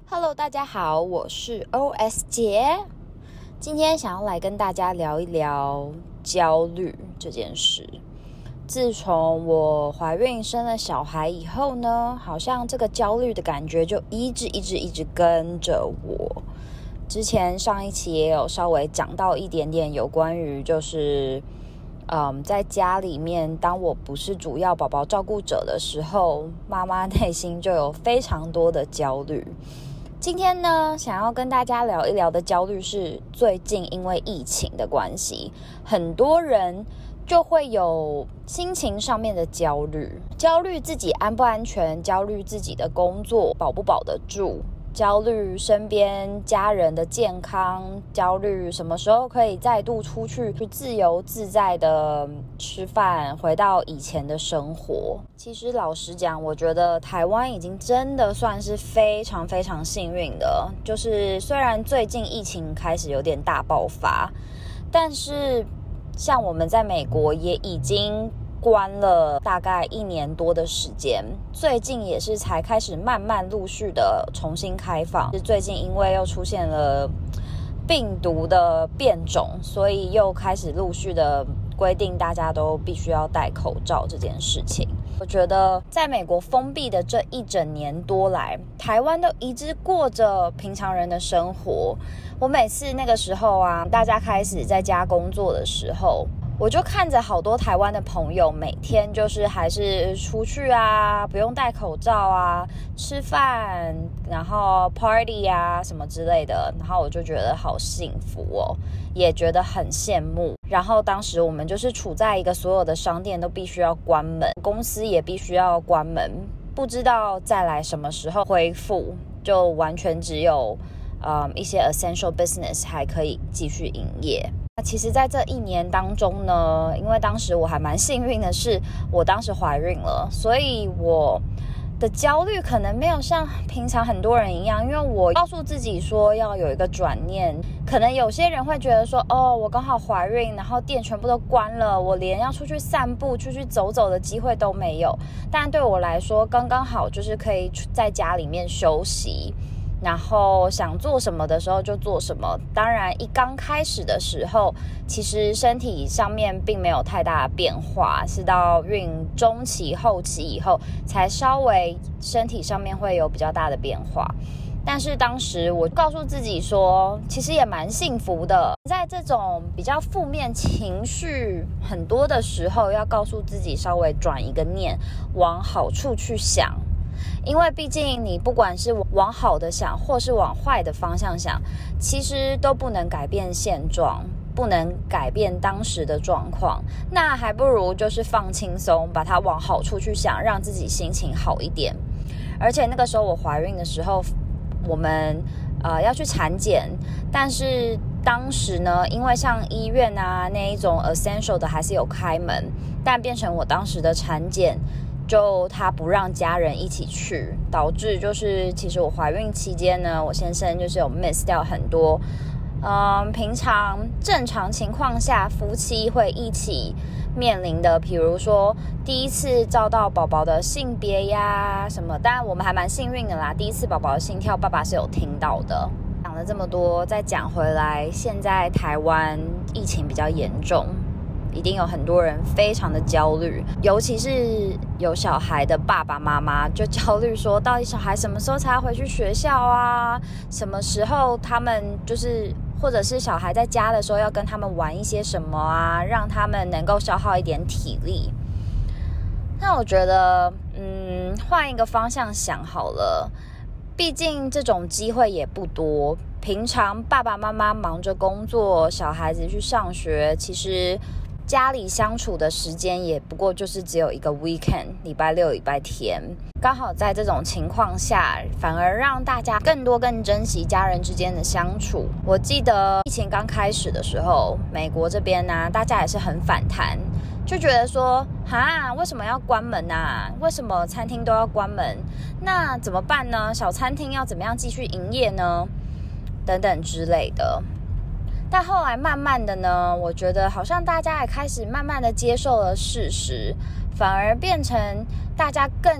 Hello， 大家好，我是 OS 姐。今天想要来跟大家聊一聊焦虑这件事。自从我怀孕生了小孩以后呢，好像这个焦虑的感觉就一直跟着我。之前上一期也有稍微讲到一点点有关于就是在家里面，当我不是主要宝宝照顾者的时候，妈妈内心就有非常多的焦虑。今天呢，想要跟大家聊一聊的焦虑是最近因为疫情的关系，很多人就会有心情上面的焦虑，焦虑自己安不安全，焦虑自己的工作保不保得住，焦虑身边家人的健康，焦虑什么时候可以再度出去自由自在的吃饭，回到以前的生活。其实老实讲，我觉得台湾已经真的算是非常幸运的，就是虽然最近疫情开始有点大爆发，但是像我们在美国也已经关了大概1年多的时间，最近也是才开始慢慢陆续的重新开放。最近因为又出现了病毒的变种，所以又开始陆续的规定大家都必须要戴口罩这件事情。我觉得在美国封闭的这一整年多来，台湾都一直过着平常人的生活。我每次那个时候啊，大家开始在家工作的时候，我就看着好多台湾的朋友每天就是还是出去啊，不用戴口罩啊，吃饭，然后 party 啊什么之类的，然后我就觉得好幸福哦，也觉得很羡慕。然后当时我们就是处在一个所有的商店都必须要关门，公司也必须要关门，不知道再来什么时候恢复，就完全只有一些 essential business 还可以继续营业。其实在这1年当中呢，因为当时我还蛮幸运的是我当时怀孕了，所以我的焦虑可能没有像平常很多人一样，因为我告诉自己说要有一个转念。可能有些人会觉得说，我刚好怀孕，然后店全部都关了，我连要出去散步出去走走的机会都没有。但对我来说刚刚好，就是可以在家里面休息，然后想做什么的时候就做什么。当然一刚开始的时候，其实身体上面并没有太大的变化，是到孕中期后期以后才稍微身体上面会有比较大的变化。但是当时我告诉自己说，其实也蛮幸福的。在这种比较负面情绪很多的时候，要告诉自己稍微转一个念，往好处去想。因为毕竟你不管是往好的想，或是往坏的方向想，其实都不能改变现状，不能改变当时的状况。那还不如就是放轻松，把它往好处去想，让自己心情好一点。而且那个时候我怀孕的时候，我们要去产检，但是当时呢，因为像医院啊那一种 essential 的还是有开门，但变成我当时的产检就他不让家人一起去，导致就是其实我怀孕期间呢，我先生就是有 miss 掉很多平常正常情况下夫妻会一起面临的，比如说第一次照到宝宝的性别呀什么。当然我们还蛮幸运的啦，第一次宝宝的心跳爸爸是有听到的。讲了这么多，再讲回来，现在台湾疫情比较严重，一定有很多人非常的焦虑，尤其是有小孩的爸爸妈妈就焦虑说，到底小孩什么时候才要回去学校啊，什么时候他们就是或者是小孩在家的时候要跟他们玩一些什么啊，让他们能够消耗一点体力。那我觉得换一个方向想好了，毕竟这种机会也不多，平常爸爸妈妈忙着工作，小孩子去上学，其实家里相处的时间也不过就是只有一个 weekend， 礼拜六礼拜天。刚好在这种情况下，反而让大家更珍惜家人之间的相处。我记得疫情刚开始的时候，美国这边啊，大家也是很反弹，就觉得说为什么要关门啊？为什么餐厅都要关门？那怎么办呢？小餐厅要怎么样继续营业呢？等等之类的。但后来慢慢的呢，我觉得好像大家也开始慢慢的接受了事实，反而变成大家更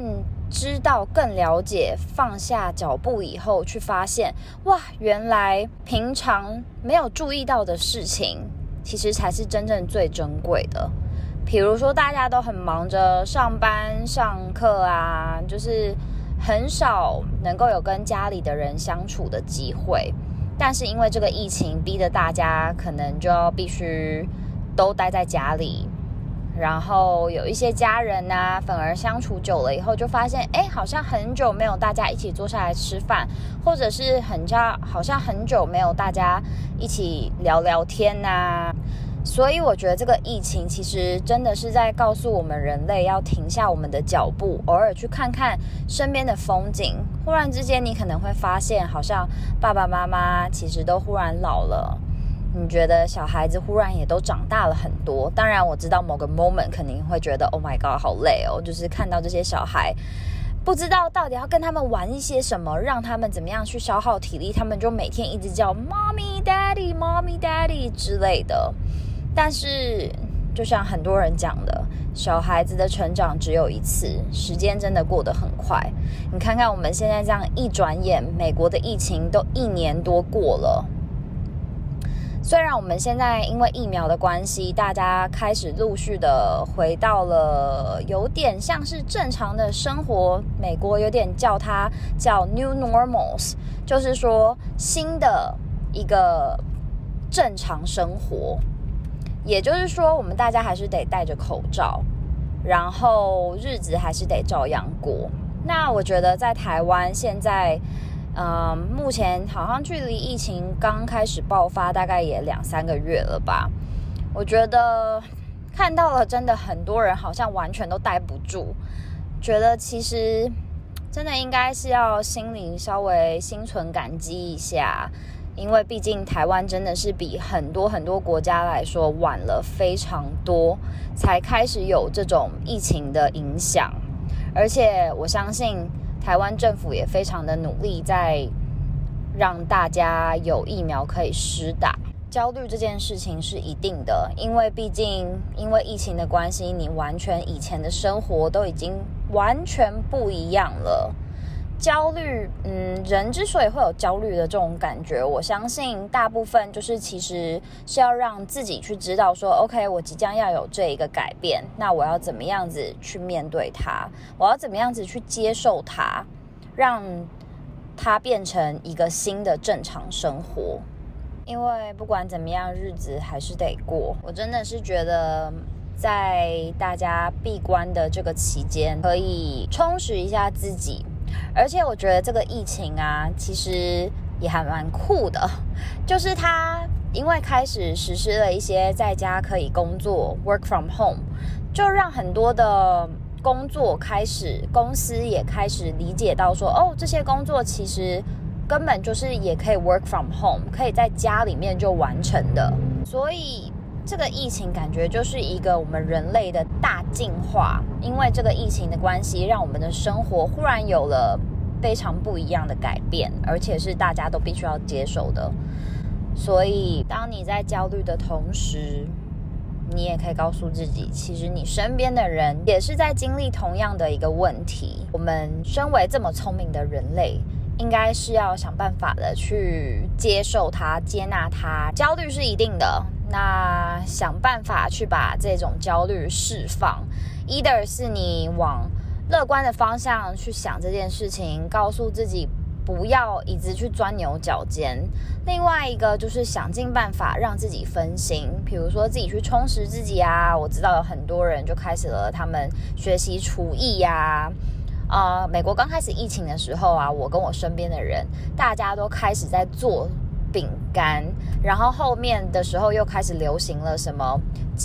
知道、更了解，放下脚步以后，去发现，哇，原来平常没有注意到的事情，其实才是真正最珍贵的。比如说，大家都很忙着上班、上课啊，就是很少能够有跟家里的人相处的机会。但是因为这个疫情，逼得大家可能就要必须都待在家里。然后有一些家人啊，反而相处久了以后，就发现，好像很久没有大家一起坐下来吃饭，或者是好像很久没有大家一起聊聊天啊。所以我觉得这个疫情其实真的是在告诉我们人类要停下我们的脚步，偶尔去看看身边的风景。忽然之间，你可能会发现，好像爸爸妈妈其实都忽然老了。你觉得小孩子忽然也都长大了很多，当然我知道某个 moment 肯定会觉得 Oh my god 好累哦，就是看到这些小孩不知道到底要跟他们玩一些什么，让他们怎么样去消耗体力，他们就每天一直叫 Mommy Daddy Mommy Daddy 之类的。但是就像很多人讲的，小孩子的成长只有一次，时间真的过得很快。你看看我们现在这样一转眼，美国的疫情都1年多过了。虽然我们现在因为疫苗的关系，大家开始陆续的回到了有点像是正常的生活，美国有点叫它叫 New Normals， 就是说新的一个正常生活。也就是说，我们大家还是得戴着口罩，然后日子还是得照样过。那我觉得在台湾现在目前好像距离疫情刚开始爆发大概也2-3个月了吧。我觉得看到了真的很多人好像完全都待不住，觉得其实真的应该是要心里稍微心存感激一下，因为毕竟台湾真的是比很多很多国家来说晚了非常多才开始有这种疫情的影响。而且我相信台湾政府也非常的努力，在让大家有疫苗可以施打。焦虑这件事情是一定的，因为毕竟因为疫情的关系，你完全以前的生活都已经完全不一样了。焦虑，人之所以会有焦虑的这种感觉，我相信大部分就是其实是要让自己去知道说 OK， 我即将要有这一个改变，那我要怎么样子去面对它，我要怎么样子去接受它，让它变成一个新的正常生活。因为不管怎么样，日子还是得过。我真的是觉得在大家闭关的这个期间，可以充实一下自己。而且我觉得这个疫情啊，其实也还蛮酷的，就是它因为开始实施了一些在家可以工作 work from home， 就让很多的工作公司也开始理解到说，这些工作其实根本就是也可以 work from home， 可以在家里面就完成的。所以这个疫情感觉就是一个我们人类的大进化，因为这个疫情的关系，让我们的生活忽然有了非常不一样的改变，而且是大家都必须要接受的。所以当你在焦虑的同时，你也可以告诉自己，其实你身边的人也是在经历同样的一个问题。我们身为这么聪明的人类，应该是要想办法的去接受它、接纳它。焦虑是一定的，那想办法去把这种焦虑释放。either 是你往乐观的方向去想这件事情，告诉自己不要一直去钻牛角尖。另外一个就是想尽办法让自己分心，比如说自己去充实自己啊。我知道有很多人就开始了他们学习厨艺啊。美国刚开始疫情的时候啊，我跟我身边的人大家都开始在做饼干，然后后面的时候又开始流行了什么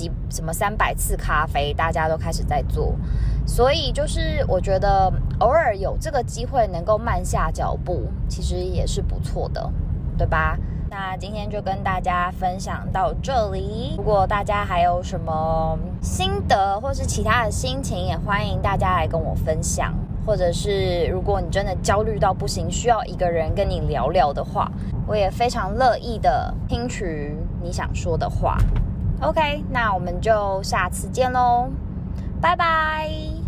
300次咖啡，大家都开始在做。所以就是我觉得偶尔有这个机会能够慢下脚步，其实也是不错的，对吧？那今天就跟大家分享到这里。如果大家还有什么心得或是其他的心情，也欢迎大家来跟我分享。或者是如果你真的焦虑到不行，需要一个人跟你聊聊的话，我也非常乐意的听取你想说的话。OK， 那我们就下次见咯，拜拜。